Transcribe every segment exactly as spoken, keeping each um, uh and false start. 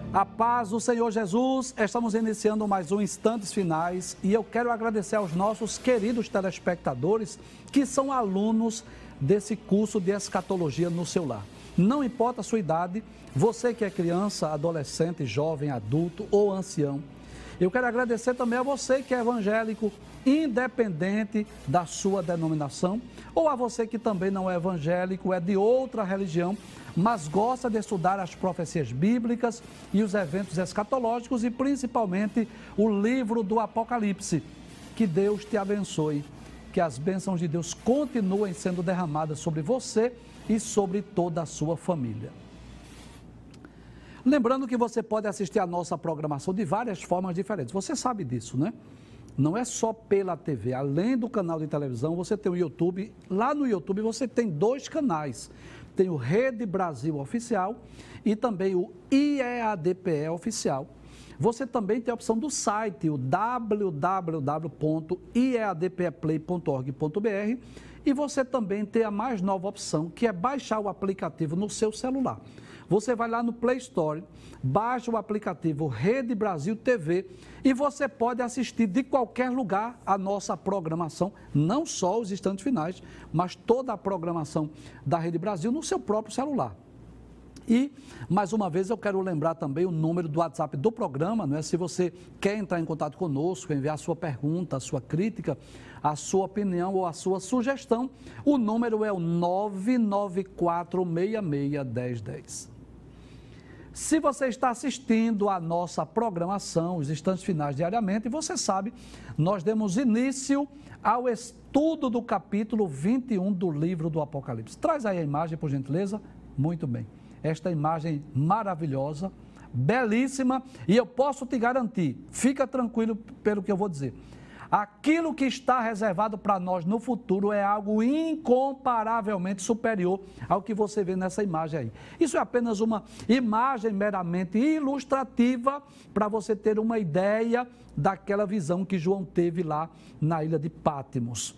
A paz do Senhor Jesus, estamos iniciando mais um Instantes Finais e eu quero agradecer aos nossos queridos telespectadores que são alunos desse curso de escatologia no seu lar. Não importa a sua idade, você que é criança, adolescente, jovem, adulto ou ancião. Eu quero agradecer também a você que é evangélico, independente da sua denominação, ou a você que também não é evangélico, é de outra religião, mas gosta de estudar as profecias bíblicas e os eventos escatológicos e principalmente o livro do Apocalipse. Que Deus te abençoe, que as bênçãos de Deus continuem sendo derramadas sobre você e sobre toda a sua família. Lembrando que você pode assistir a nossa programação de várias formas diferentes, você sabe disso, né? Não é só pela T V, além do canal de televisão, você tem o YouTube. Lá no YouTube você tem dois canais, tem o Rede Brasil Oficial e também o I E A D P E Oficial. Você também tem a opção do site, o w w w ponto i e a d p e play ponto org ponto b r, e você também tem a mais nova opção, que é baixar o aplicativo no seu celular. Você vai lá no Play Store, baixa o aplicativo Rede Brasil T V e você pode assistir de qualquer lugar a nossa programação, não só os instantes finais, mas toda a programação da Rede Brasil no seu próprio celular. E, mais uma vez, eu quero lembrar também o número do WhatsApp do programa, não é? Se você quer entrar em contato conosco, enviar a sua pergunta, a sua crítica, a sua opinião ou a sua sugestão, o número é o nove nove quatro seis seis um zero um zero. Se você está assistindo a nossa programação, os instantes finais diariamente, você sabe, nós demos início ao estudo do capítulo vinte e um do livro do Apocalipse. Traz aí a imagem, por gentileza. Muito bem. Esta imagem maravilhosa, belíssima, e eu posso te garantir, fica tranquilo pelo que eu vou dizer. Aquilo que está reservado para nós no futuro é algo incomparavelmente superior ao que você vê nessa imagem aí. Isso é apenas uma imagem meramente ilustrativa para você ter uma ideia daquela visão que João teve lá na ilha de Patmos.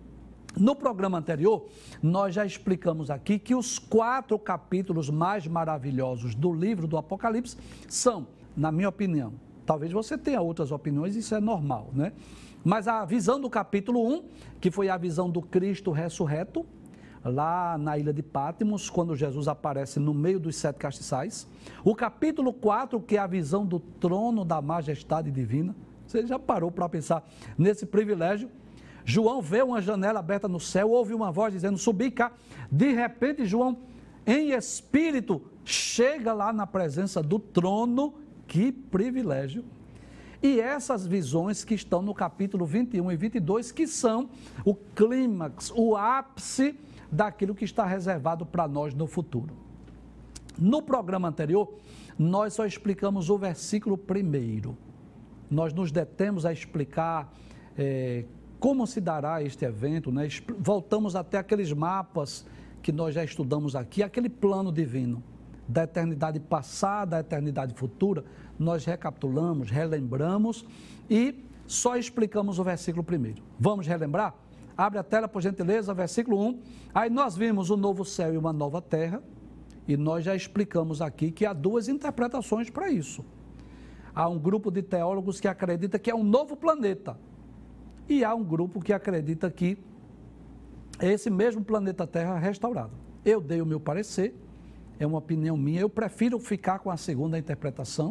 No programa anterior, nós já explicamos aqui que os quatro capítulos mais maravilhosos do livro do Apocalipse são, na minha opinião, talvez você tenha outras opiniões, isso é normal, né? Mas a visão do capítulo um, que foi a visão do Cristo ressurreto, lá na ilha de Patmos, quando Jesus aparece no meio dos sete castiçais. O capítulo quatro, que é a visão do trono da majestade divina. Você já parou para pensar nesse privilégio? João vê uma janela aberta no céu, ouve uma voz dizendo, subi cá. De repente, João, em espírito, chega lá na presença do trono. Que privilégio! E essas visões que estão no capítulo vinte e um e vinte e dois, que são o clímax, o ápice daquilo que está reservado para nós no futuro. No programa anterior, nós só explicamos o versículo primeiro. Nós nos detemos a explicar é, como se dará este evento, né? Voltamos até aqueles mapas que nós já estudamos aqui, aquele plano divino da eternidade passada, da eternidade futura. Nós recapitulamos, relembramos e só explicamos o versículo primeiro. Vamos relembrar? Abre a tela, por gentileza, versículo um. Aí nós vimos um novo céu e uma nova terra, e nós já explicamos aqui que há duas interpretações para isso. Há um grupo de teólogos que acredita que é um novo planeta, e há um grupo que acredita que é esse mesmo planeta Terra restaurado. Eu dei o meu parecer, é uma opinião minha, eu prefiro ficar com a segunda interpretação.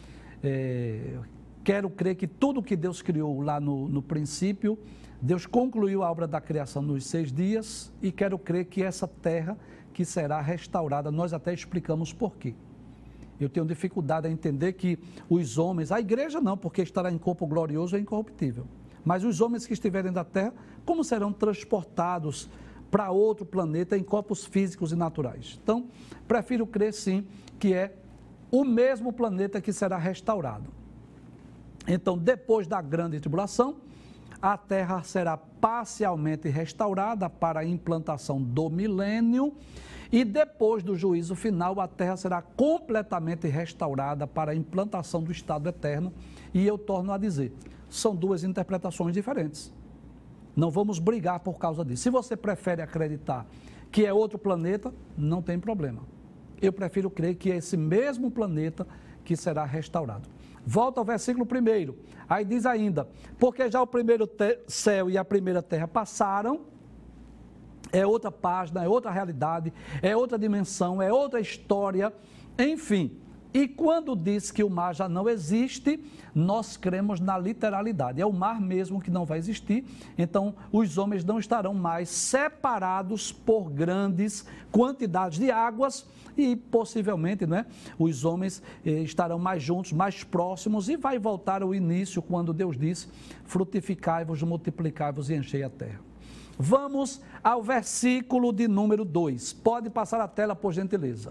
É, quero crer que tudo que Deus criou lá no, no princípio, Deus concluiu a obra da criação nos seis dias, e quero crer que essa terra que será restaurada, nós até explicamos por quê. Eu tenho dificuldade a entender que os homens, a igreja não, porque estará em corpo glorioso e incorruptível, mas os homens que estiverem da terra, como serão transportados para outro planeta em corpos físicos e naturais? Então, prefiro crer sim que é o mesmo planeta que será restaurado. Então, depois da grande tribulação, a terra será parcialmente restaurada para a implantação do milênio, e depois do juízo final, a terra será completamente restaurada para a implantação do estado eterno. E eu torno a dizer, são duas interpretações diferentes. Não vamos brigar por causa disso. Se você prefere acreditar que é outro planeta, não tem problema. Eu prefiro crer que é esse mesmo planeta que será restaurado. Volta ao versículo primeiro, aí diz ainda, porque já o primeiro céu e a primeira terra passaram, é outra página, é outra realidade, é outra dimensão, é outra história, enfim. E quando diz que o mar já não existe, nós cremos na literalidade. É o mar mesmo que não vai existir, então os homens não estarão mais separados por grandes quantidades de águas e possivelmente, não é, os homens eh, estarão mais juntos, mais próximos e vai voltar ao início quando Deus disse, frutificai-vos, multiplicai-vos e enchei a terra. Vamos ao versículo de número dois. Pode passar a tela, por gentileza.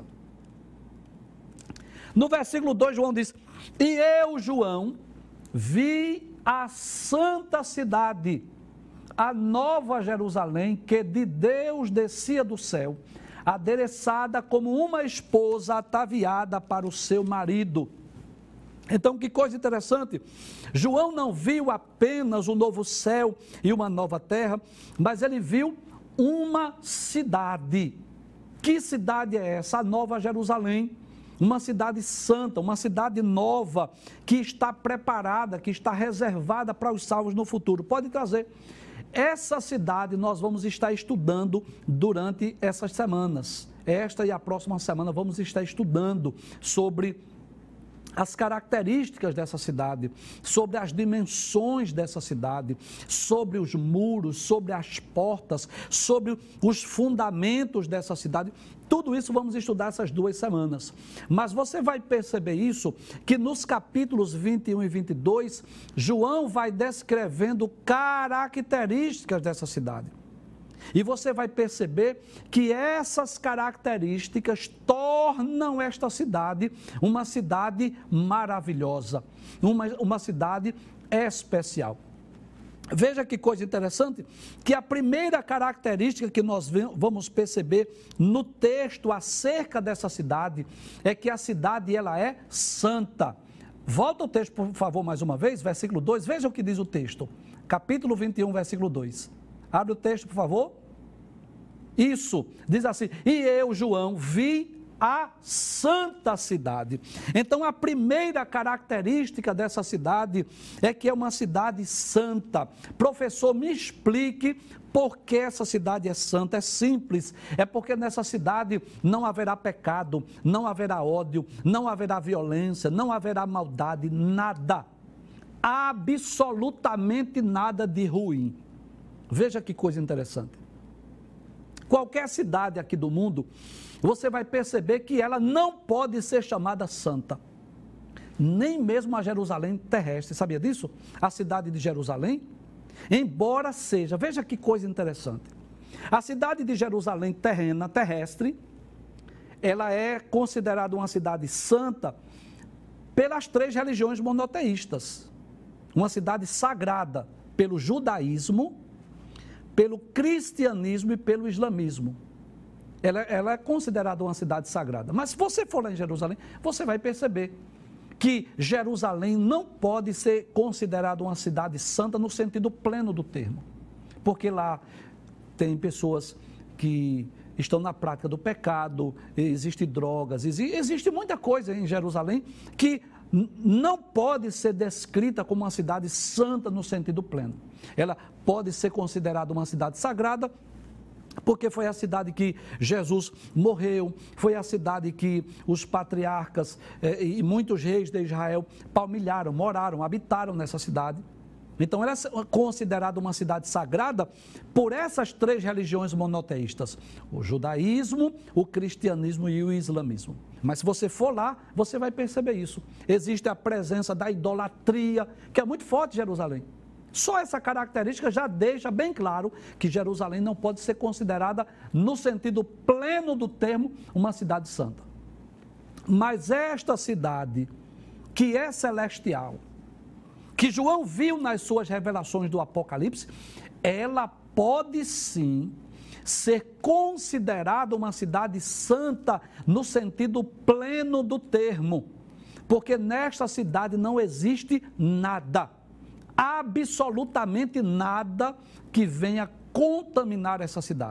No versículo dois, João diz, e eu, João, vi a santa cidade, a nova Jerusalém, que de Deus descia do céu, adereçada como uma esposa ataviada para o seu marido. Então, que coisa interessante, João não viu apenas um novo céu e uma nova terra, mas ele viu uma cidade. Que cidade é essa? A nova Jerusalém. Uma cidade santa, uma cidade nova, que está preparada, que está reservada para os salvos no futuro. Pode trazer. Essa cidade nós vamos estar estudando durante essas semanas. Esta e a próxima semana vamos estar estudando sobre as características dessa cidade, sobre as dimensões dessa cidade, sobre os muros, sobre as portas, sobre os fundamentos dessa cidade. Tudo isso vamos estudar essas duas semanas. Mas você vai perceber isso, que nos capítulos vinte e um e vinte e dois, João vai descrevendo características dessa cidade. E você vai perceber que essas características tornam esta cidade uma cidade maravilhosa, uma, uma cidade especial. Veja que coisa interessante, que a primeira característica que nós vamos perceber no texto acerca dessa cidade é que a cidade ela é santa. Volta o texto, por favor, mais uma vez, versículo dois, veja o que diz o texto, capítulo vinte e um, versículo dois. Abre o texto, por favor. Isso, diz assim, e eu, João, vi a santa cidade. Então, a primeira característica dessa cidade é que é uma cidade santa. Professor, me explique por que essa cidade é santa. É simples, é porque nessa cidade não haverá pecado, não haverá ódio, não haverá violência, não haverá maldade, nada. Absolutamente nada de ruim. Veja que coisa interessante. Qualquer cidade aqui do mundo, você vai perceber que ela não pode ser chamada santa. Nem mesmo a Jerusalém terrestre. Sabia disso? A cidade de Jerusalém, embora seja, veja que coisa interessante. A cidade de Jerusalém terrena, terrestre, ela é considerada uma cidade santa pelas três religiões monoteístas. Uma cidade sagrada pelo judaísmo, pelo cristianismo e pelo islamismo. Ela, ela é considerada uma cidade sagrada. Mas se você for lá em Jerusalém, você vai perceber que Jerusalém não pode ser considerada uma cidade santa no sentido pleno do termo. Porque lá tem pessoas que estão na prática do pecado, existem drogas, existe muita coisa em Jerusalém que não pode ser descrita como uma cidade santa no sentido pleno. Ela pode ser considerada uma cidade sagrada, porque foi a cidade que Jesus morreu, foi a cidade que os patriarcas eh, e muitos reis de Israel palmilharam, moraram, habitaram nessa cidade. Então, ela é considerada uma cidade sagrada por essas três religiões monoteístas, o judaísmo, o cristianismo e o islamismo. Mas se você for lá, você vai perceber isso. Existe a presença da idolatria, que é muito forte em Jerusalém. Só essa característica já deixa bem claro que Jerusalém não pode ser considerada, no sentido pleno do termo, uma cidade santa. Mas esta cidade, que é celestial, que João viu nas suas revelações do Apocalipse, ela pode sim ser considerada uma cidade santa no sentido pleno do termo, porque nesta cidade não existe nada, absolutamente nada que venha contaminar essa cidade.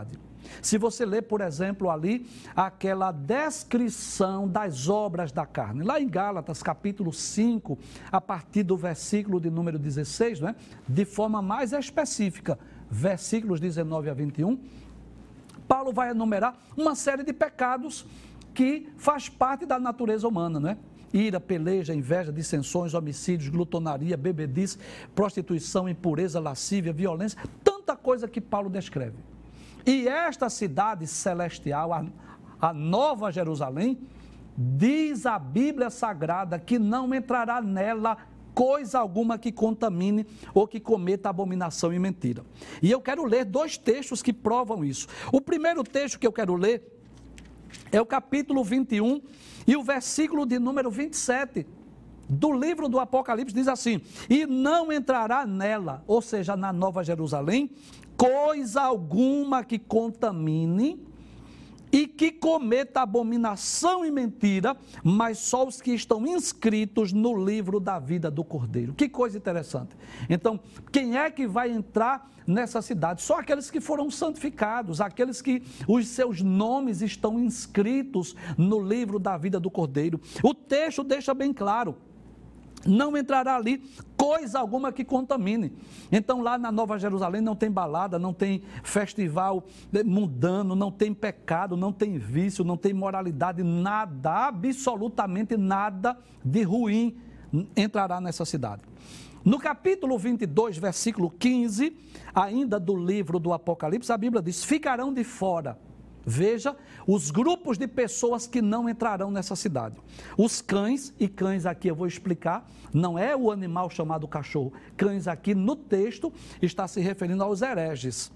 Se você ler, por exemplo, ali, aquela descrição das obras da carne, lá em Gálatas, capítulo cinco, a partir do versículo de número dezesseis, né? De forma mais específica, versículos dezenove a vinte e um, Paulo vai enumerar uma série de pecados que faz parte da natureza humana, né? Ira, peleja, inveja, dissensões, homicídios, glutonaria, bebedice, prostituição, impureza, lascívia, violência, tanta coisa que Paulo descreve. E esta cidade celestial, a, a Nova Jerusalém, diz a Bíblia Sagrada que não entrará nela coisa alguma que contamine ou que cometa abominação e mentira. E eu quero ler dois textos que provam isso. O primeiro texto que eu quero ler é o capítulo vinte e um e o versículo de número vinte e sete do livro do Apocalipse, diz assim: e não entrará nela, ou seja, na Nova Jerusalém, coisa alguma que contamine e que cometa abominação e mentira, mas só os que estão inscritos no livro da vida do Cordeiro. Que coisa interessante. Então, quem é que vai entrar nessa cidade? Só aqueles que foram santificados, aqueles que os seus nomes estão inscritos no livro da vida do Cordeiro. O texto deixa bem claro: não entrará ali coisa alguma que contamine. Então lá na Nova Jerusalém não tem balada, não tem festival mundano, não tem pecado, não tem vício, não tem moralidade, nada, absolutamente nada de ruim entrará nessa cidade. No capítulo vinte e dois, versículo quinze, ainda do livro do Apocalipse, a Bíblia diz: ficarão de fora. Veja os grupos de pessoas que não entrarão nessa cidade. Os cães, e cães aqui eu vou explicar, não é o animal chamado cachorro. Cães aqui no texto está se referindo aos hereges.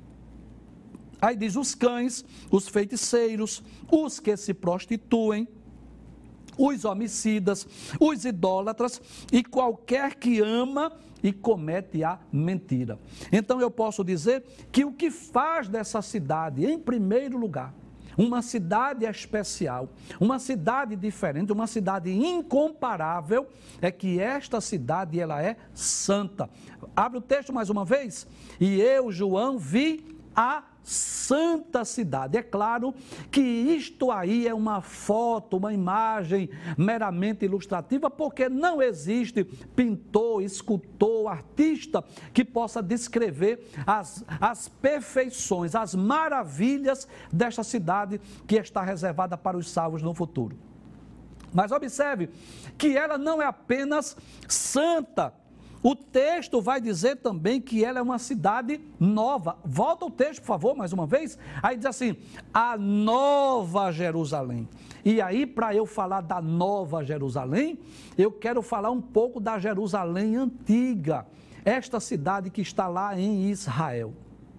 Aí diz os cães, os feiticeiros, os que se prostituem, os homicidas, os idólatras e qualquer que ama e comete a mentira. Então eu posso dizer que o que faz dessa cidade, em primeiro lugar, uma cidade especial, uma cidade diferente, uma cidade incomparável, é que esta cidade ela é santa. Abre o texto mais uma vez. E eu, João, vi a santa cidade. É claro que isto aí é uma foto, uma imagem meramente ilustrativa, porque não existe pintor, escultor, artista que possa descrever as, as perfeições, as maravilhas desta cidade que está reservada para os salvos no futuro. Mas observe que ela não é apenas santa. O texto vai dizer também que ela é uma cidade nova. Volta o texto, por favor, mais uma vez. Aí diz assim: a Nova Jerusalém. E aí, para eu falar da Nova Jerusalém, eu quero falar um pouco da Jerusalém antiga. Esta cidade que está lá em Israel.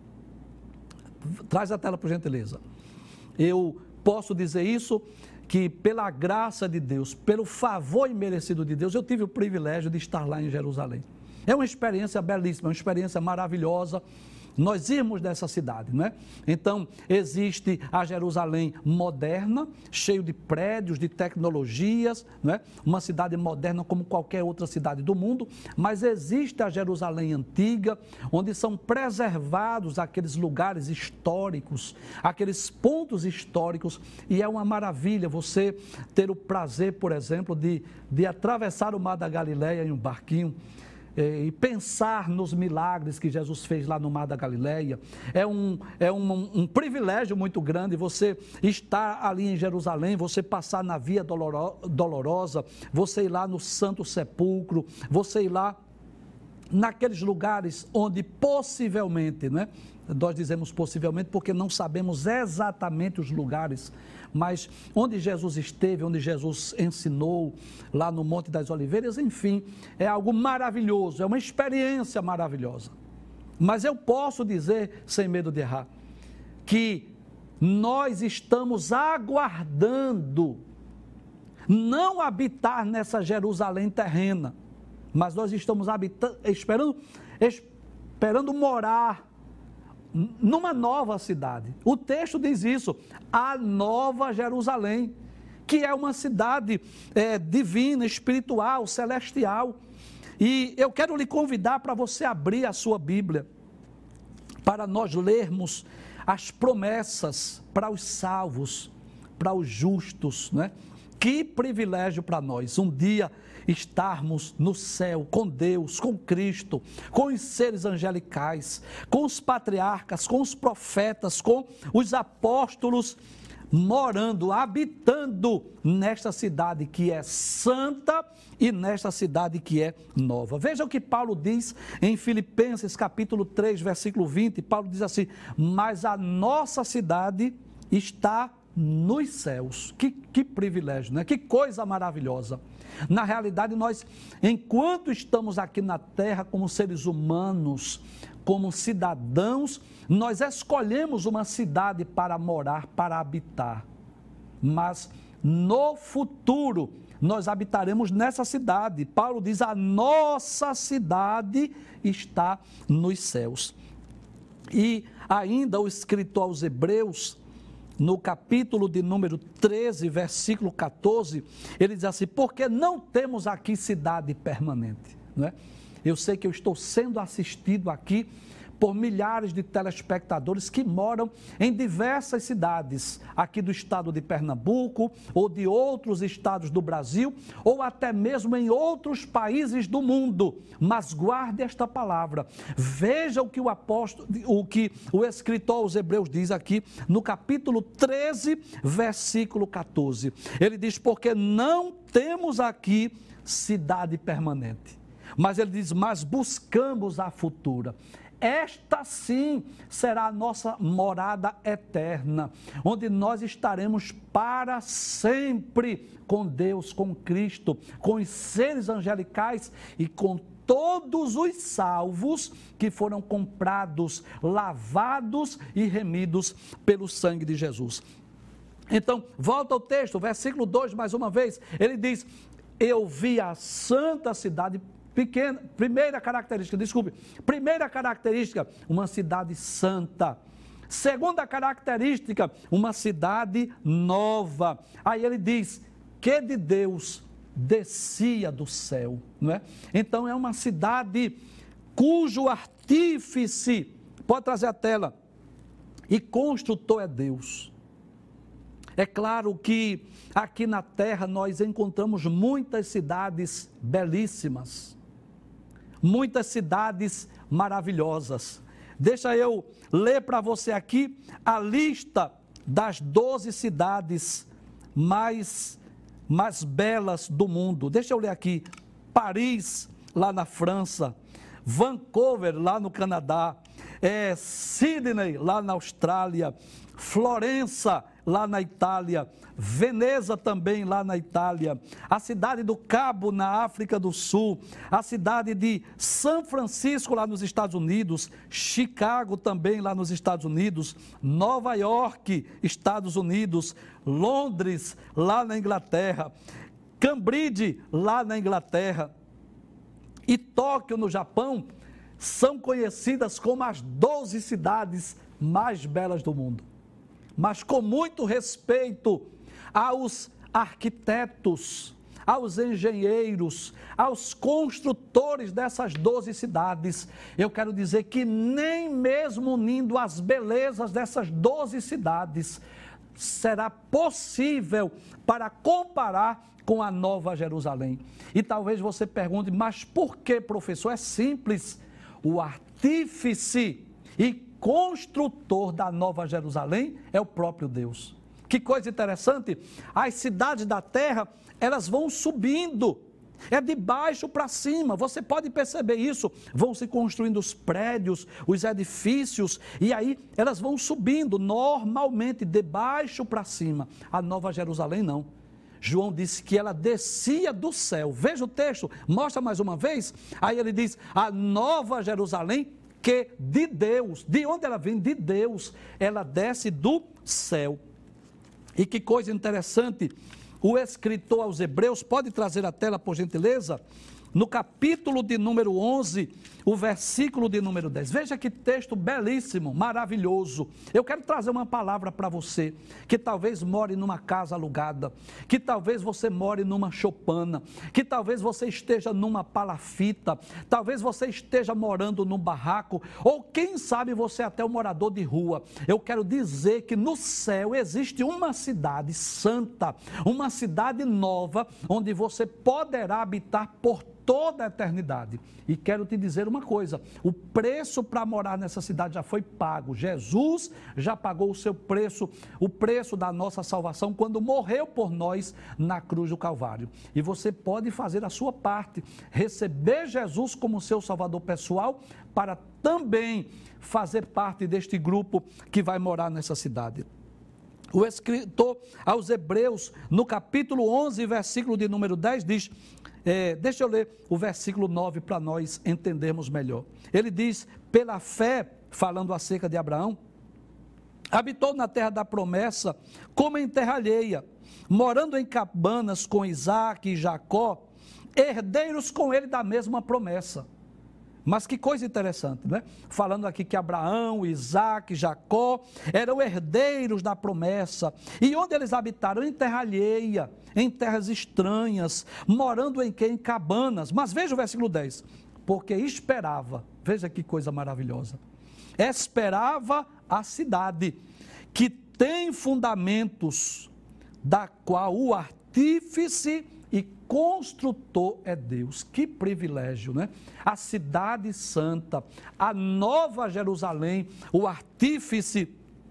Traz a tela, por gentileza. Eu posso dizer isso, que pela graça de Deus, pelo favor imerecido de Deus, eu tive o privilégio de estar lá em Jerusalém. É uma experiência belíssima, uma experiência maravilhosa. Nós irmos dessa cidade, né? Então, existe a Jerusalém moderna, cheio de prédios, de tecnologias, né? Uma cidade moderna como qualquer outra cidade do mundo, mas existe a Jerusalém antiga, onde são preservados aqueles lugares históricos, aqueles pontos históricos, e é uma maravilha você ter o prazer, por exemplo, de, de atravessar o Mar da Galileia em um barquinho, e pensar nos milagres que Jesus fez lá no Mar da Galileia. É um, é um, um privilégio muito grande você estar ali em Jerusalém, você passar na Via Dolorosa, você ir lá no Santo Sepulcro, você ir lá naqueles lugares onde possivelmente, né? Nós dizemos possivelmente porque não sabemos exatamente os lugares, mas onde Jesus esteve, onde Jesus ensinou, lá no Monte das Oliveiras, enfim, é algo maravilhoso, é uma experiência maravilhosa. Mas eu posso dizer, sem medo de errar, que nós estamos aguardando não habitar nessa Jerusalém terrena, mas nós estamos habitando, esperando, esperando morar numa nova cidade. O texto diz isso, a Nova Jerusalém, que é uma cidade é, divina, espiritual, celestial. E eu quero lhe convidar para você abrir a sua Bíblia, para nós lermos as promessas para os salvos, para os justos, né? Que privilégio para nós, um dia estarmos no céu com Deus, com Cristo, com os seres angelicais, com os patriarcas, com os profetas, com os apóstolos, morando, habitando nesta cidade que é santa e nesta cidade que é nova. Veja o que Paulo diz em Filipenses capítulo três, versículo vinte, Paulo diz assim: mas a nossa cidade está nos céus. Que, que privilégio, né? Que coisa maravilhosa. Na realidade, nós, enquanto estamos aqui na terra como seres humanos, como cidadãos, nós escolhemos uma cidade para morar, para habitar. Mas no futuro, nós habitaremos nessa cidade. Paulo diz: a nossa cidade está nos céus. E ainda o escritor aos Hebreus, no capítulo de número treze, versículo catorze, ele diz assim: porque não temos aqui cidade permanente, não é? Eu sei que eu estou sendo assistido aqui por milhares de telespectadores que moram em diversas cidades, aqui do estado de Pernambuco, ou de outros estados do Brasil, ou até mesmo em outros países do mundo. Mas guarde esta palavra, veja o que o apóstolo, o que o escritor aos Hebreus diz aqui, no capítulo treze, versículo catorze. Ele diz: porque não temos aqui cidade permanente. Mas ele diz: mas buscamos a futura. Esta sim será a nossa morada eterna, onde nós estaremos para sempre com Deus, com Cristo, com os seres angelicais e com todos os salvos que foram comprados, lavados e remidos pelo sangue de Jesus. Então, volta ao texto, versículo dois, mais uma vez, ele diz: eu vi a santa cidade pequena, primeira característica, desculpe, primeira característica, uma cidade santa. Segunda característica, uma cidade nova. Aí ele diz que de Deus descia do céu, não é? Então é uma cidade cujo artífice, pode trazer a tela, e construtor é Deus. É claro que aqui na terra nós encontramos muitas cidades belíssimas, muitas cidades maravilhosas. Deixa eu ler para você aqui a lista das doze cidades mais, mais belas do mundo. Deixa eu ler aqui: Paris, lá na França; Vancouver, lá no Canadá; é, Sydney, lá na Austrália; Florença, lá na Itália; Veneza também lá na Itália; a cidade do Cabo, na África do Sul; a cidade de São Francisco, lá nos Estados Unidos; Chicago também lá nos Estados Unidos; Nova York, Estados Unidos; Londres, lá na Inglaterra; Cambridge, lá na Inglaterra, e Tóquio, no Japão, são conhecidas como as doze cidades mais belas do mundo. Mas com muito respeito aos arquitetos, aos engenheiros, aos construtores dessas doze cidades, eu quero dizer que nem mesmo unindo as belezas dessas doze cidades, será possível para comparar com a Nova Jerusalém. E talvez você pergunte: mas por que, professor? É simples. O artífice e construtor da Nova Jerusalém é o próprio Deus. Que coisa interessante, as cidades da terra, elas vão subindo, é de baixo para cima, você pode perceber isso, vão se construindo os prédios, os edifícios, e aí elas vão subindo normalmente de baixo para cima. A Nova Jerusalém não. João disse que ela descia do céu. Veja o texto, mostra mais uma vez. Aí ele diz: a Nova Jerusalém, que de Deus, de onde ela vem? De Deus, ela desce do céu. E que coisa interessante, o escritor aos Hebreus, pode trazer a tela por gentileza, no capítulo de número onze, o versículo de número dez. Veja que texto belíssimo, maravilhoso. Eu quero trazer uma palavra para você, que talvez more numa casa alugada, que talvez você more numa choupana, que talvez você esteja numa palafita, talvez você esteja morando num barraco, ou quem sabe você é até um morador de rua. Eu quero dizer que no céu existe uma cidade santa, uma cidade nova, onde você poderá habitar por toda a eternidade. E quero te dizer uma coisa, o preço para morar nessa cidade já foi pago. Jesus já pagou o seu preço, o preço da nossa salvação, quando morreu por nós na cruz do Calvário. E você pode fazer a sua parte, receber Jesus como seu salvador pessoal, para também fazer parte deste grupo que vai morar nessa cidade. O escritor aos Hebreus, no capítulo onze, versículo de número dez, diz... É, deixa eu ler o versículo nove para nós entendermos melhor. Ele diz, pela fé, falando acerca de Abraão, habitou na terra da promessa como em terra alheia, morando em cabanas com Isaque e Jacó, herdeiros com ele da mesma promessa. Mas que coisa interessante, né? Falando aqui que Abraão, Isaque, Jacó eram herdeiros da promessa. E onde eles habitaram? Em terra alheia, em terras estranhas, morando em que? Em cabanas. Mas veja o versículo dez. Porque esperava, veja que coisa maravilhosa. Esperava a cidade, que tem fundamentos, da qual o artífice e construtor é Deus. Que privilégio, né? A cidade santa, a nova Jerusalém, o artífice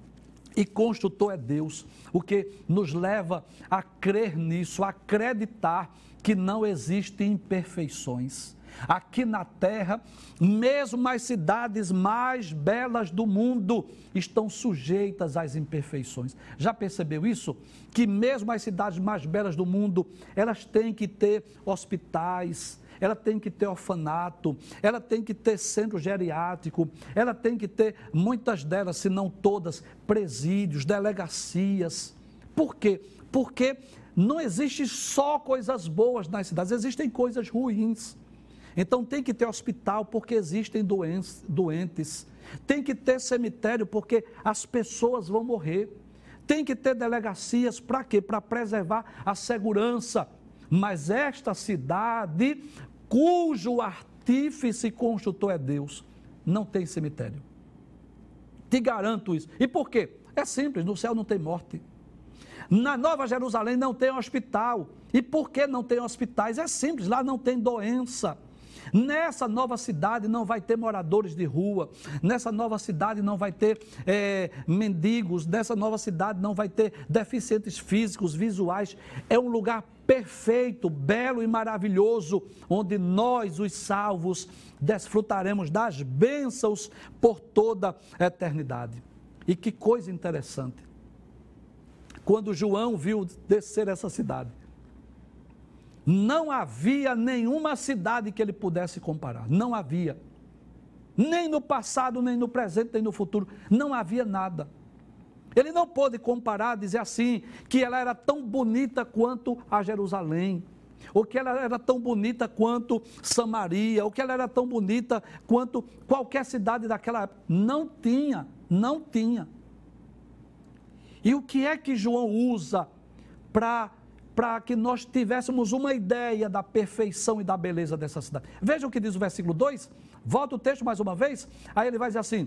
e construtor é Deus, o que nos leva a crer nisso, a acreditar que não existem imperfeições. Aqui na terra, mesmo as cidades mais belas do mundo estão sujeitas às imperfeições. Já percebeu isso? Que mesmo as cidades mais belas do mundo, elas têm que ter hospitais, ela tem que ter orfanato, ela tem que ter centro geriátrico, ela tem que ter, muitas delas, se não todas, presídios, delegacias. Por quê? Porque não existe só coisas boas nas cidades, existem coisas ruins. Então tem que ter hospital porque existem doentes, tem que ter cemitério porque as pessoas vão morrer, tem que ter delegacias para quê? Para preservar a segurança. Mas esta cidade, cujo artífice e construtor é Deus, não tem cemitério. Te garanto isso. E por quê? É simples, no céu não tem morte. Na Nova Jerusalém não tem hospital. E por que não tem hospitais? É simples, lá não tem doença. Nessa nova cidade não vai ter moradores de rua, nessa nova cidade não vai ter é, mendigos, nessa nova cidade não vai ter deficientes físicos, visuais. É um lugar perfeito, belo e maravilhoso, onde nós, os salvos, desfrutaremos das bênçãos por toda a eternidade. E que coisa interessante, quando João viu descer essa cidade, não havia nenhuma cidade que ele pudesse comparar, não havia, nem no passado, nem no presente, nem no futuro, não havia nada. Ele não pôde comparar, dizer assim, que ela era tão bonita quanto a Jerusalém, ou que ela era tão bonita quanto Samaria, ou que ela era tão bonita quanto qualquer cidade daquela época. Não tinha, não tinha. E o que é que João usa para para que nós tivéssemos uma ideia da perfeição e da beleza dessa cidade? Veja o que diz o versículo dois, volta o texto mais uma vez, aí ele vai dizer assim,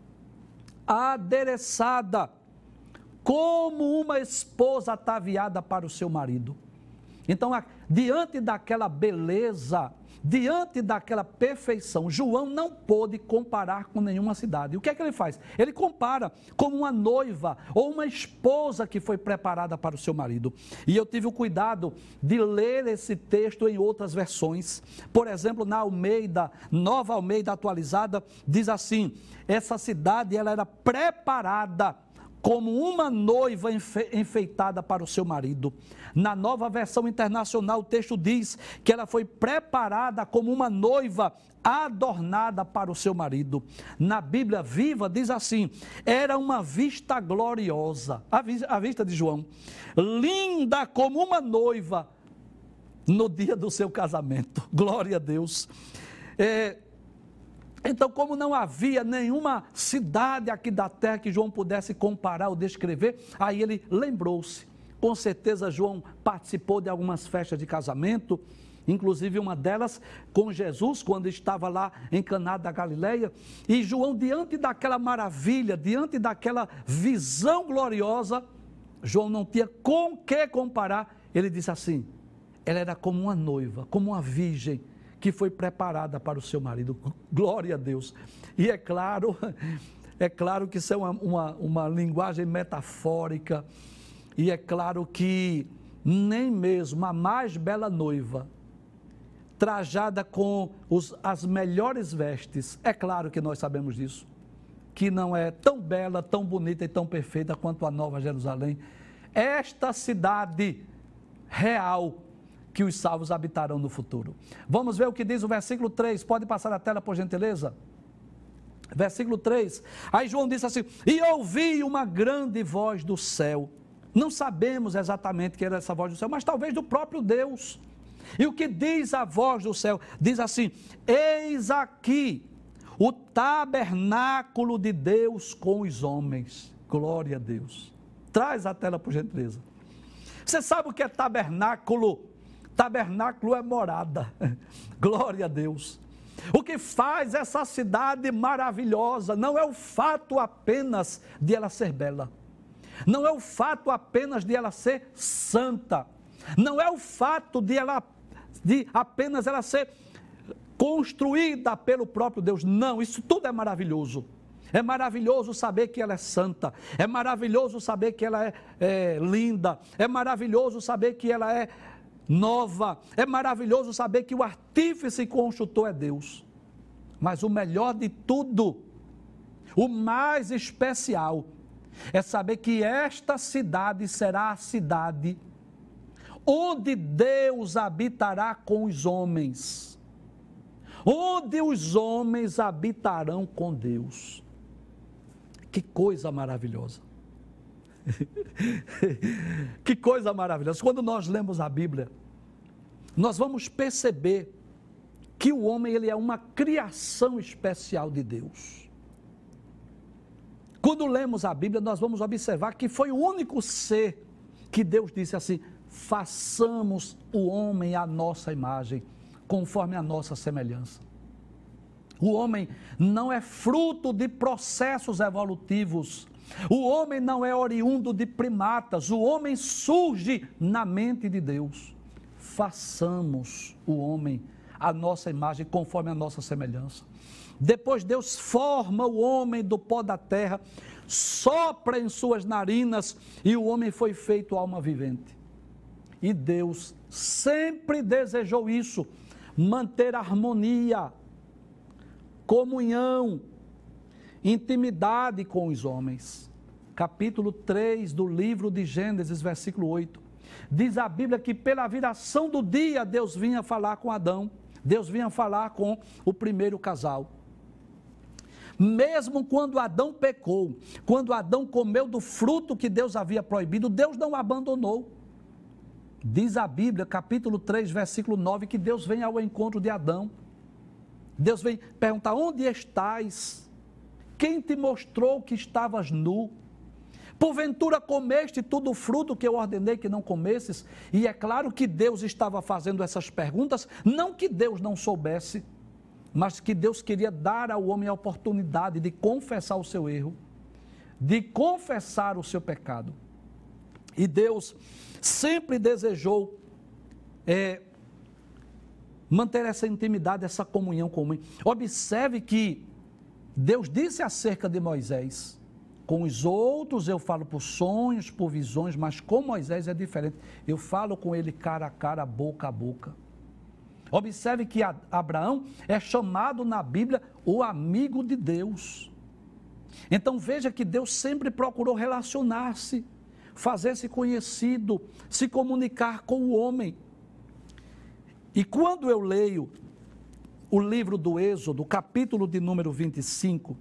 adereçada como uma esposa ataviada para o seu marido. Então, diante daquela beleza, diante daquela perfeição, João não pôde comparar com nenhuma cidade. O que é que ele faz? Ele compara como uma noiva ou uma esposa que foi preparada para o seu marido. E eu tive o cuidado de ler esse texto em outras versões. Por exemplo, na Almeida, Nova Almeida atualizada, diz assim, essa cidade ela era preparada como uma noiva enfeitada para o seu marido. Na Nova Versão Internacional, o texto diz que ela foi preparada como uma noiva adornada para o seu marido. Na Bíblia Viva diz assim, era uma vista gloriosa, a vista de João, linda como uma noiva, no dia do seu casamento. Glória a Deus. É, então, como não havia nenhuma cidade aqui da terra que João pudesse comparar ou descrever, aí ele lembrou-se. Com certeza João participou de algumas festas de casamento, inclusive uma delas com Jesus, quando estava lá em Caná da Galileia. E João, diante daquela maravilha, diante daquela visão gloriosa, João não tinha com que comparar. Ele disse assim: ela era como uma noiva, como uma virgem que foi preparada para o seu marido. Glória a Deus. E é claro, é claro que isso é uma, uma, uma linguagem metafórica, e é claro que nem mesmo a mais bela noiva, trajada com os, as melhores vestes, é claro que nós sabemos disso, que não é tão bela, tão bonita e tão perfeita quanto a Nova Jerusalém, esta cidade real que os salvos habitarão no futuro. Vamos ver o que diz o versículo três, pode passar a tela por gentileza? Versículo três, aí João disse assim: e ouvi uma grande voz do céu. Não sabemos exatamente quem era essa voz do céu, mas talvez do próprio Deus. E o que diz a voz do céu? Diz assim: eis aqui o tabernáculo de Deus com os homens. Glória a Deus. Traz a tela por gentileza. Você sabe o que é tabernáculo? Tabernáculo é morada. Glória a Deus. O que faz essa cidade maravilhosa não é o fato apenas de ela ser bela, não é o fato apenas de ela ser santa, não é o fato de ela de apenas ela ser construída pelo próprio Deus. Não, isso tudo é maravilhoso. É maravilhoso saber que ela é santa, é maravilhoso saber que ela é, é linda, é maravilhoso saber que ela é nova, é maravilhoso saber que o artífice e construtor é Deus. Mas o melhor de tudo, o mais especial, é saber que esta cidade será a cidade onde Deus habitará com os homens, onde os homens habitarão com Deus. Que coisa maravilhosa. Que coisa maravilhosa. Quando nós lemos a Bíblia, nós vamos perceber que o homem ele é uma criação especial de Deus. Quando lemos a Bíblia, nós vamos observar que foi o único ser que Deus disse assim: façamos o homem à nossa imagem, conforme a nossa semelhança. O homem não é fruto de processos evolutivos. O homem não é oriundo de primatas. O homem surge na mente de Deus. Façamos o homem à nossa imagem, conforme a nossa semelhança. Depois Deus forma o homem do pó da terra, sopra em suas narinas e o homem foi feito alma vivente. E Deus sempre desejou isso, manter harmonia, comunhão, intimidade com os homens. Capítulo três do livro de Gênesis, versículo oito. Diz a Bíblia que pela viração do dia Deus vinha falar com Adão, Deus vinha falar com o primeiro casal. Mesmo quando Adão pecou, quando Adão comeu do fruto que Deus havia proibido, Deus não o abandonou. Diz a Bíblia, capítulo três, versículo nove, que Deus vem ao encontro de Adão. Deus vem perguntar: onde estás? Quem te mostrou que estavas nu? Porventura comeste todo o fruto que eu ordenei que não comesses? E é claro que Deus estava fazendo essas perguntas, não que Deus não soubesse, mas que Deus queria dar ao homem a oportunidade de confessar o seu erro, de confessar o seu pecado. E Deus sempre desejou é, manter essa intimidade, essa comunhão com o homem. Observe que Deus disse acerca de Moisés: com os outros eu falo por sonhos, por visões, mas com Moisés é diferente. Eu falo com ele cara a cara, boca a boca. Observe que Abraão é chamado na Bíblia o amigo de Deus. Então veja que Deus sempre procurou relacionar-se, fazer-se conhecido, se comunicar com o homem. E quando eu leio o livro do Êxodo, capítulo de número vinte e cinco,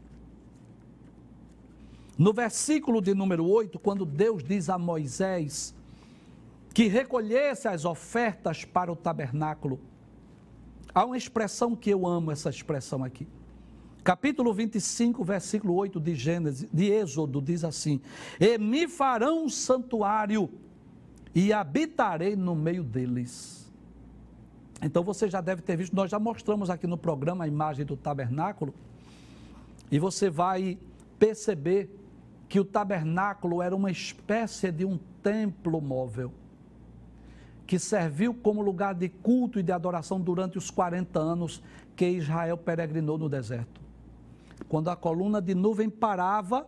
no versículo de número oito, quando Deus diz a Moisés que recolhesse as ofertas para o tabernáculo. Há uma expressão que eu amo, essa expressão aqui. Capítulo vinte e cinco, versículo oito de Gênesis, de Êxodo, diz assim: e me farão um santuário e habitarei no meio deles. Então você já deve ter visto, nós já mostramos aqui no programa a imagem do tabernáculo, e você vai perceber que o tabernáculo era uma espécie de um templo móvel, que serviu como lugar de culto e de adoração durante os quarenta anos que Israel peregrinou no deserto. Quando a coluna de nuvem parava,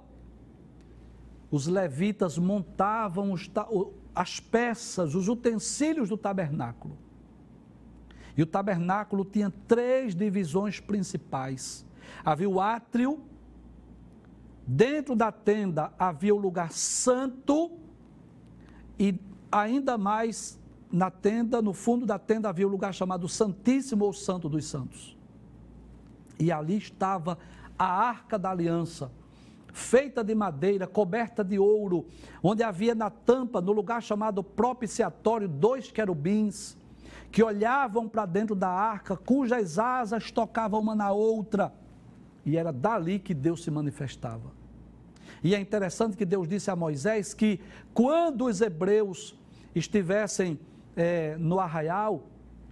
os levitas montavam os, as peças, os utensílios do tabernáculo. E o tabernáculo tinha três divisões principais. Havia o átrio, dentro da tenda havia o lugar santo, e ainda mais na tenda, no fundo da tenda havia o lugar chamado Santíssimo ou Santo dos Santos. E ali estava a Arca da Aliança, feita de madeira, coberta de ouro, onde havia na tampa, no lugar chamado propiciatório, dois querubins, que olhavam para dentro da arca, cujas asas tocavam uma na outra, e era dali que Deus se manifestava. E é interessante que Deus disse a Moisés que quando os hebreus estivessem é, no arraial,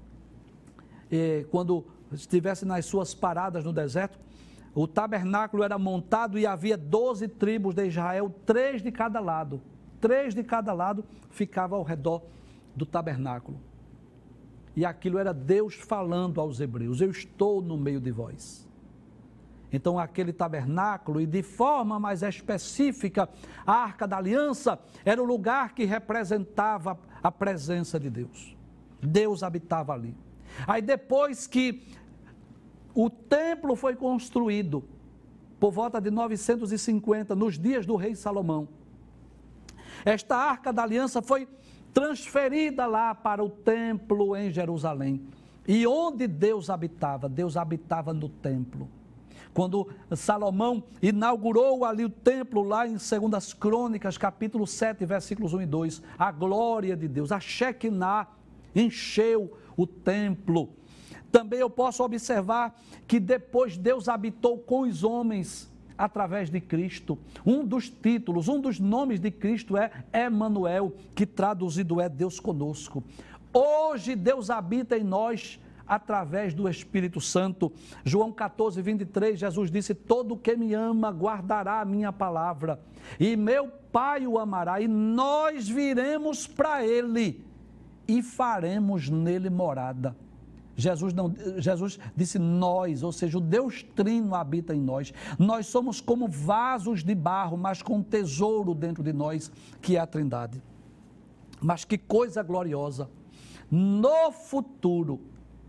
é, quando estivessem nas suas paradas no deserto, o tabernáculo era montado e havia doze tribos de Israel, três de cada lado, três de cada lado ficavam ao redor do tabernáculo. E aquilo era Deus falando aos hebreus: eu estou no meio de vós. Então aquele tabernáculo, e de forma mais específica, a Arca da Aliança, era o lugar que representava a presença de Deus. Deus habitava ali. Aí depois que o templo foi construído, por volta de novecentos e cinquenta, nos dias do rei Salomão, esta Arca da Aliança foi transferida lá para o templo em Jerusalém. E onde Deus habitava? Deus habitava no templo. Quando Salomão inaugurou ali o templo, lá em Segundas Crônicas, capítulo sete, versículos um e dois, a glória de Deus, a Shekinah, encheu o templo. Também eu posso observar que depois Deus habitou com os homens através de Cristo. Um dos títulos, um dos nomes de Cristo é Emanuel, que traduzido é Deus conosco. Hoje Deus habita em nós através do Espírito Santo. João catorze, vinte e três, Jesus disse: todo que me ama guardará a minha palavra, e meu Pai o amará, e nós viremos para ele e faremos nele morada. Jesus, não, Jesus disse nós, ou seja, o Deus Trino habita em nós. Nós somos como vasos de barro, mas com um tesouro dentro de nós, que é a Trindade. Mas que coisa gloriosa! No futuro,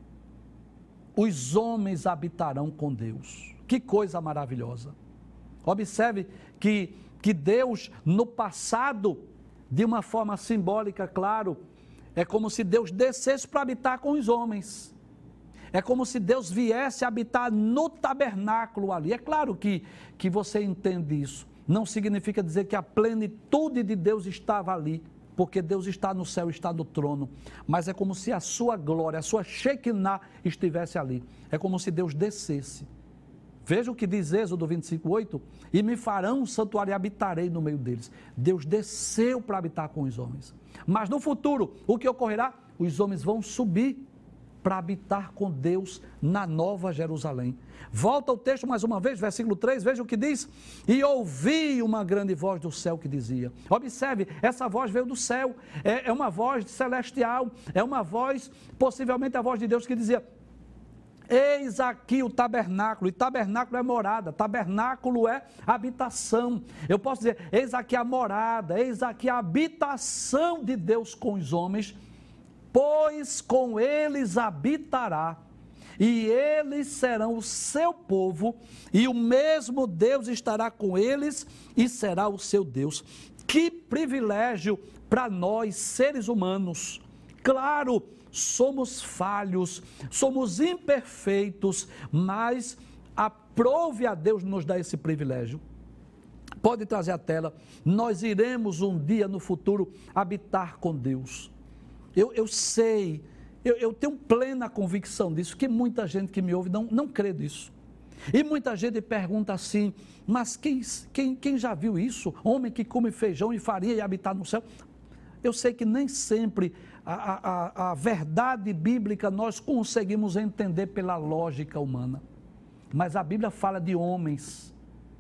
os homens habitarão com Deus. Que coisa maravilhosa! Observe que, que Deus, no passado, de uma forma simbólica, claro, é como se Deus descesse para habitar com os homens. É como se Deus viesse habitar no tabernáculo ali. É claro que, que você entende isso. Não significa dizer que a plenitude de Deus estava ali, porque Deus está no céu, está no trono. Mas é como se a sua glória, a sua Shekinah estivesse ali. É como se Deus descesse. Veja o que diz Êxodo vinte e cinco, oito. E me farão um santuário e habitarei no meio deles. Deus desceu para habitar com os homens. Mas no futuro, o que ocorrerá? Os homens vão subir para habitar com Deus na Nova Jerusalém. Volta o texto mais uma vez, versículo três, veja o que diz: e ouvi uma grande voz do céu que dizia. Observe, essa voz veio do céu, é, é uma voz celestial, é uma voz, possivelmente a voz de Deus, que dizia: eis aqui o tabernáculo, e tabernáculo é morada, tabernáculo é habitação. Eu posso dizer, eis aqui a morada, eis aqui a habitação de Deus com os homens, pois com eles habitará, e eles serão o seu povo, e o mesmo Deus estará com eles, e será o seu Deus. Que privilégio para nós, seres humanos! Claro, somos falhos, somos imperfeitos, mas aprove a Deus nos dar esse privilégio. Pode trazer a tela. Nós iremos um dia no futuro habitar com Deus. Eu, eu sei, eu, eu tenho plena convicção disso, que muita gente que me ouve não, não crê nisso. E muita gente pergunta assim, mas quem, quem, quem já viu isso? Homem que come feijão e farinha e habitar no céu? Eu sei que nem sempre a, a, a verdade bíblica nós conseguimos entender pela lógica humana. Mas a Bíblia fala de homens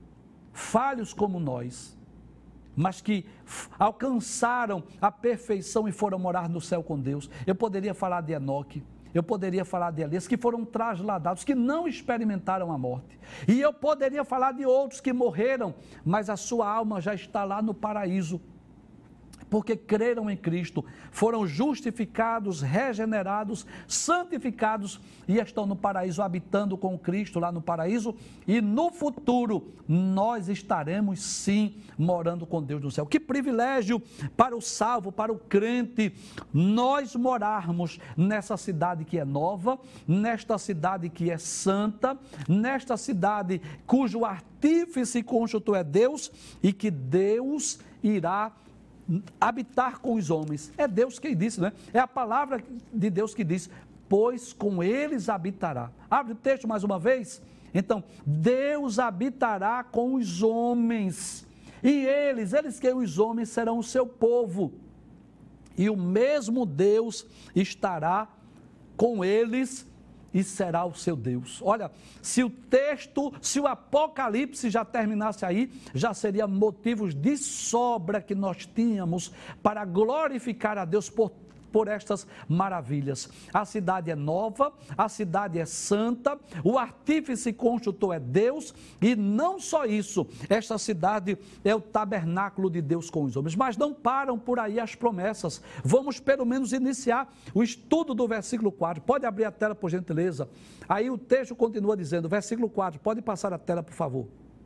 falhos como nós, mas que alcançaram a perfeição e foram morar no céu com Deus. Eu poderia falar de Enoque, eu poderia falar de Elias, que foram trasladados, que não experimentaram a morte. E eu poderia falar de outros que morreram, mas a sua alma já está lá no paraíso, porque creram em Cristo, foram justificados, regenerados, santificados e estão no paraíso, habitando com Cristo lá no paraíso. E no futuro, nós estaremos sim morando com Deus no céu. Que privilégio para o salvo, para o crente, nós morarmos nessa cidade que é nova, nesta cidade que é santa, nesta cidade cujo artífice e construtor é Deus e que Deus irá habitar com os homens. É Deus quem disse, né? É a palavra de Deus que diz, pois com eles habitará. Abre o texto mais uma vez. Então, Deus habitará com os homens. E eles, eles que os homens serão o seu povo. E o mesmo Deus estará com eles e será o seu Deus. Olha, se o texto, se o Apocalipse já terminasse aí, já seria motivos de sobra que nós tínhamos para glorificar a Deus por por estas maravilhas. A cidade é nova, a cidade é santa, o artífice construtor é Deus, e não só isso, esta cidade é o tabernáculo de Deus com os homens. Mas não param por aí as promessas. Vamos pelo menos iniciar o estudo do versículo quatro. Pode abrir a tela, por gentileza. Aí o texto continua dizendo, versículo quatro, pode passar a tela, por favor.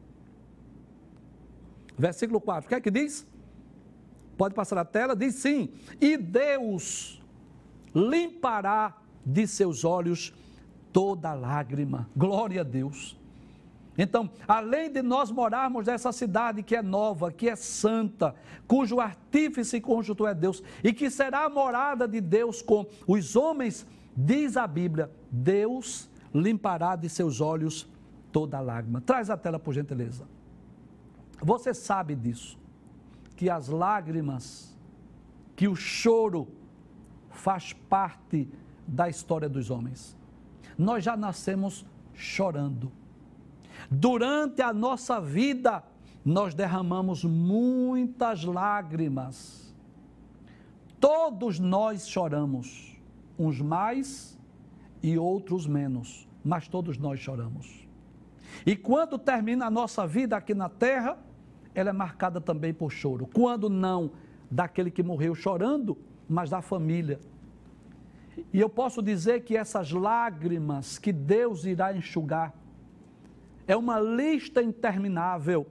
Versículo quatro, o que é que diz? Pode passar a tela, diz sim, e Deus limpará de seus olhos toda lágrima. Glória a Deus. Então, além de nós morarmos nessa cidade que é nova, que é santa, cujo artífice e construtor é Deus, e que será a morada de Deus com os homens, diz a Bíblia, Deus limpará de seus olhos toda lágrima. Traz a tela, por gentileza. Você sabe disso, que as lágrimas, que o choro faz parte da história dos homens. Nós já nascemos chorando. Durante a nossa vida, nós derramamos muitas lágrimas. Todos nós choramos, uns mais e outros menos, mas todos nós choramos. E quando termina a nossa vida aqui na terra, ela é marcada também por choro. Quando não daquele que morreu chorando, mas da família. E eu posso dizer que essas lágrimas que Deus irá enxugar, é uma lista interminável.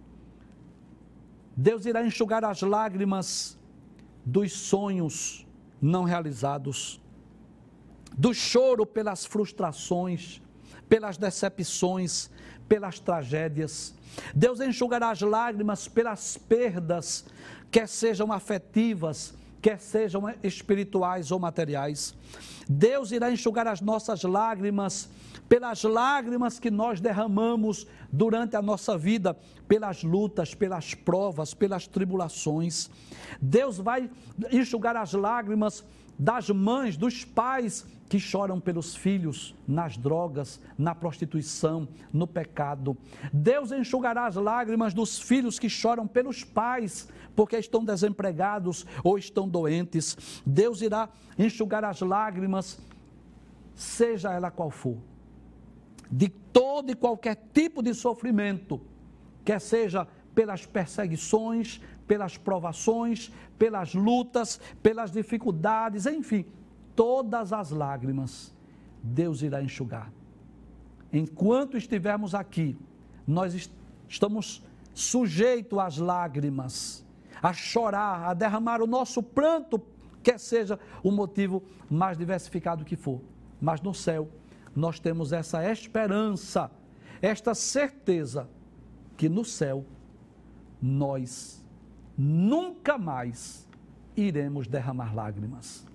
Deus irá enxugar as lágrimas dos sonhos não realizados, do choro pelas frustrações, pelas decepções, pelas tragédias. Deus enxugará as lágrimas pelas perdas, quer sejam afetivas, quer sejam espirituais ou materiais. Deus irá enxugar as nossas lágrimas pelas lágrimas que nós derramamos durante a nossa vida, pelas lutas, pelas provas, pelas tribulações. Deus vai enxugar as lágrimas das mães, dos pais que choram pelos filhos nas drogas, na prostituição, no pecado. Deus enxugará as lágrimas dos filhos que choram pelos pais, porque estão desempregados ou estão doentes. Deus irá enxugar as lágrimas, seja ela qual for, de todo e qualquer tipo de sofrimento, quer seja pelas perseguições, pelas provações, pelas lutas, pelas dificuldades, enfim, todas as lágrimas Deus irá enxugar. Enquanto estivermos aqui, nós est- estamos sujeitos às lágrimas, a chorar, a derramar o nosso pranto, quer seja o motivo mais diversificado que for. Mas no céu, nós temos essa esperança, esta certeza, que no céu, nós nunca mais iremos derramar lágrimas.